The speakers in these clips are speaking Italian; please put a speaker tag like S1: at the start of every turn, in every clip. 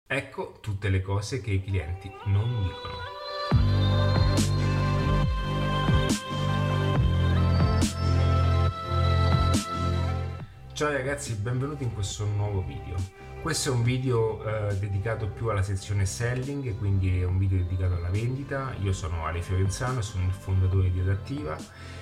S1: Ecco tutte le cose che i clienti non dicono. Ciao ragazzi, benvenuti in questo nuovo video. Questo è un video dedicato più alla sezione selling, quindi è un video dedicato alla vendita. Io sono Ale Fiorenzano, sono il fondatore di Adattiva.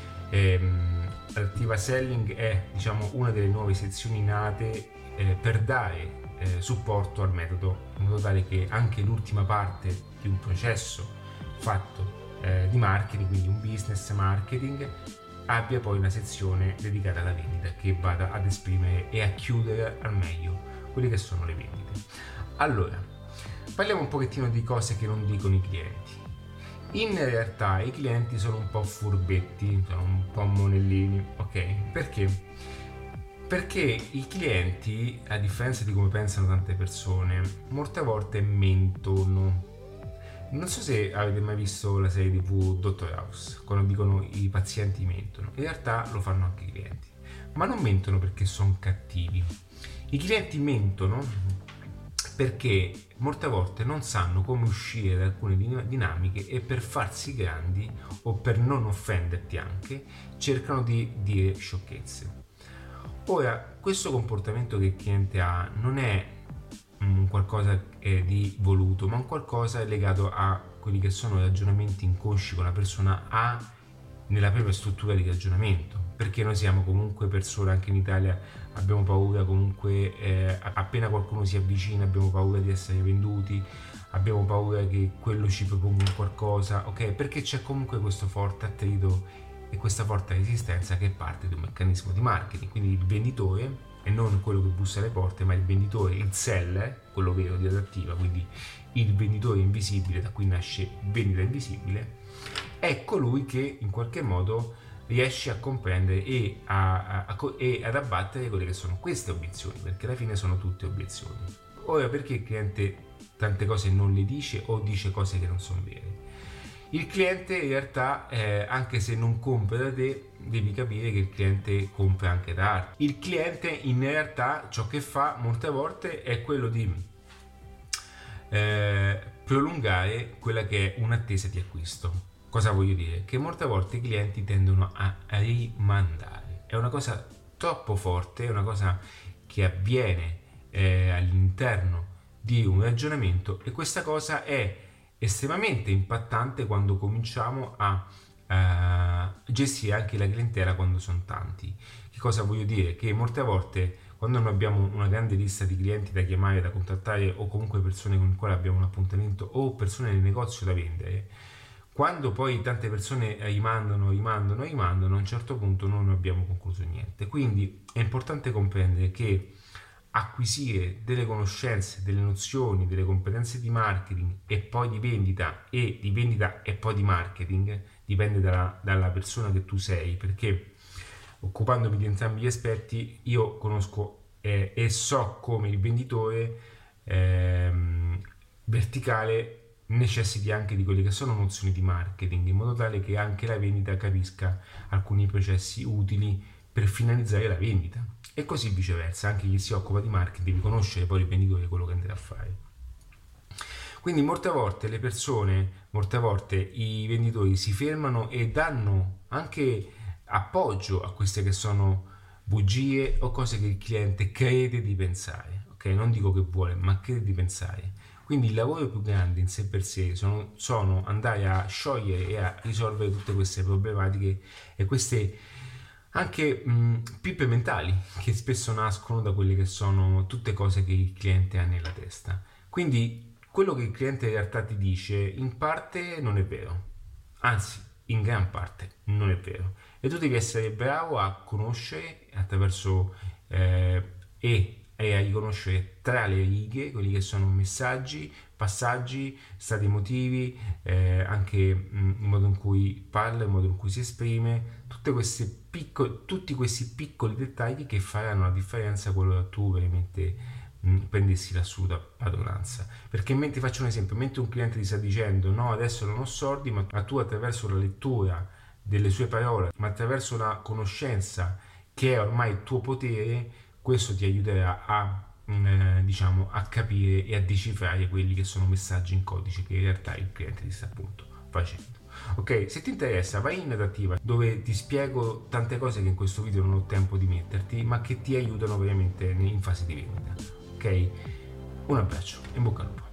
S1: Adattiva Selling è, una delle nuove sezioni nate per dare supporto al metodo, in modo tale che anche l'ultima parte di un processo fatto di marketing, quindi un business marketing, abbia poi una sezione dedicata alla vendita che vada ad esprimere e a chiudere al meglio quelle che sono le vendite. Allora, parliamo un pochettino di cose che non dicono i clienti. In realtà i clienti sono un po' furbetti, sono un po' monellini, ok? Perché? Perché i clienti, a differenza di come pensano tante persone, molte volte mentono. Non so se avete mai visto la serie TV Dr. House, quando dicono i pazienti mentono. In realtà lo fanno anche i clienti, ma non mentono perché sono cattivi. I clienti mentono perché molte volte non sanno come uscire da alcune dinamiche e per farsi grandi o per non offenderti anche cercano di dire sciocchezze. Ora, questo comportamento che il cliente ha non è qualcosa di voluto, ma un qualcosa legato a quelli che sono ragionamenti inconsci che una persona ha nella propria struttura di ragionamento, perché noi siamo comunque persone, anche in Italia abbiamo paura comunque, appena qualcuno si avvicina abbiamo paura di essere venduti, abbiamo paura che quello ci proponga qualcosa, ok? Perché c'è comunque questo forte attrito e questa forte resistenza che parte da un meccanismo di marketing. Quindi il venditore, e non quello che bussa alle porte, ma il venditore, il seller, quello vero di Adattiva, quindi il venditore invisibile, da cui nasce vendita invisibile, è colui che in qualche modo riesce a comprendere e ad abbattere quelle che sono queste obiezioni, perché alla fine sono tutte obiezioni. Ora, perché il cliente tante cose non le dice o dice cose che non sono vere? Il cliente in realtà, anche se non compra da te, devi capire che il cliente compra anche da altri. Il cliente in realtà ciò che fa molte volte è quello di prolungare quella che è un'attesa di acquisto. Cosa voglio dire? Che molte volte i clienti tendono a rimandare. È una cosa troppo forte, è una cosa che avviene all'interno di un ragionamento, e questa cosa è estremamente impattante quando cominciamo a gestire anche la clientela quando sono tanti. Che cosa voglio dire? Che molte volte quando noi abbiamo una grande lista di clienti da chiamare, da contattare, o comunque persone con le quali abbiamo un appuntamento o persone nel negozio da vendere, quando poi tante persone rimandano, a un certo punto non abbiamo concluso niente. Quindi è importante comprendere che acquisire delle conoscenze, delle nozioni, delle competenze di marketing e poi di vendita e poi di marketing dipende dalla persona che tu sei, perché occupandomi di entrambi gli aspetti io conosco e so come il venditore verticale necessiti anche di quelle che sono nozioni di marketing, in modo tale che anche la vendita capisca alcuni processi utili per finalizzare la vendita, e così viceversa. Anche chi si occupa di marketing deve conoscere poi il venditore quello che andrà a fare. Quindi molte volte le persone, molte volte i venditori si fermano e danno anche appoggio a queste che sono bugie o cose che il cliente crede di pensare, ok? Non dico che vuole, ma crede di pensare. Quindi il lavoro più grande in sé per sé sono andare a sciogliere e a risolvere tutte queste problematiche e queste anche pippe mentali che spesso nascono da quelle che sono tutte cose che il cliente ha nella testa. Quindi quello che il cliente in realtà ti dice in parte non è vero, anzi in gran parte non è vero, e tu devi essere bravo a conoscere attraverso e a riconoscere tra le righe quelli che sono messaggi, passaggi, stati emotivi, anche il modo in cui parla, il modo in cui si esprime, tutti questi piccoli dettagli che faranno la differenza quando tu veramente prendessi l'assoluta padronanza. Perché mentre, faccio un esempio, mentre un cliente ti sta dicendo no, adesso non ho soldi, ma tu attraverso la lettura delle sue parole, ma attraverso la conoscenza che è ormai il tuo potere, questo ti aiuterà a diciamo a capire e a decifrare quelli che sono messaggi in codice che in realtà il cliente ti sta appunto facendo. Ok, se ti interessa vai in adattiva, dove ti spiego tante cose che in questo video non ho tempo di metterti, ma che ti aiutano veramente in fase di vendita. Ok, un abbraccio, in bocca al lupo.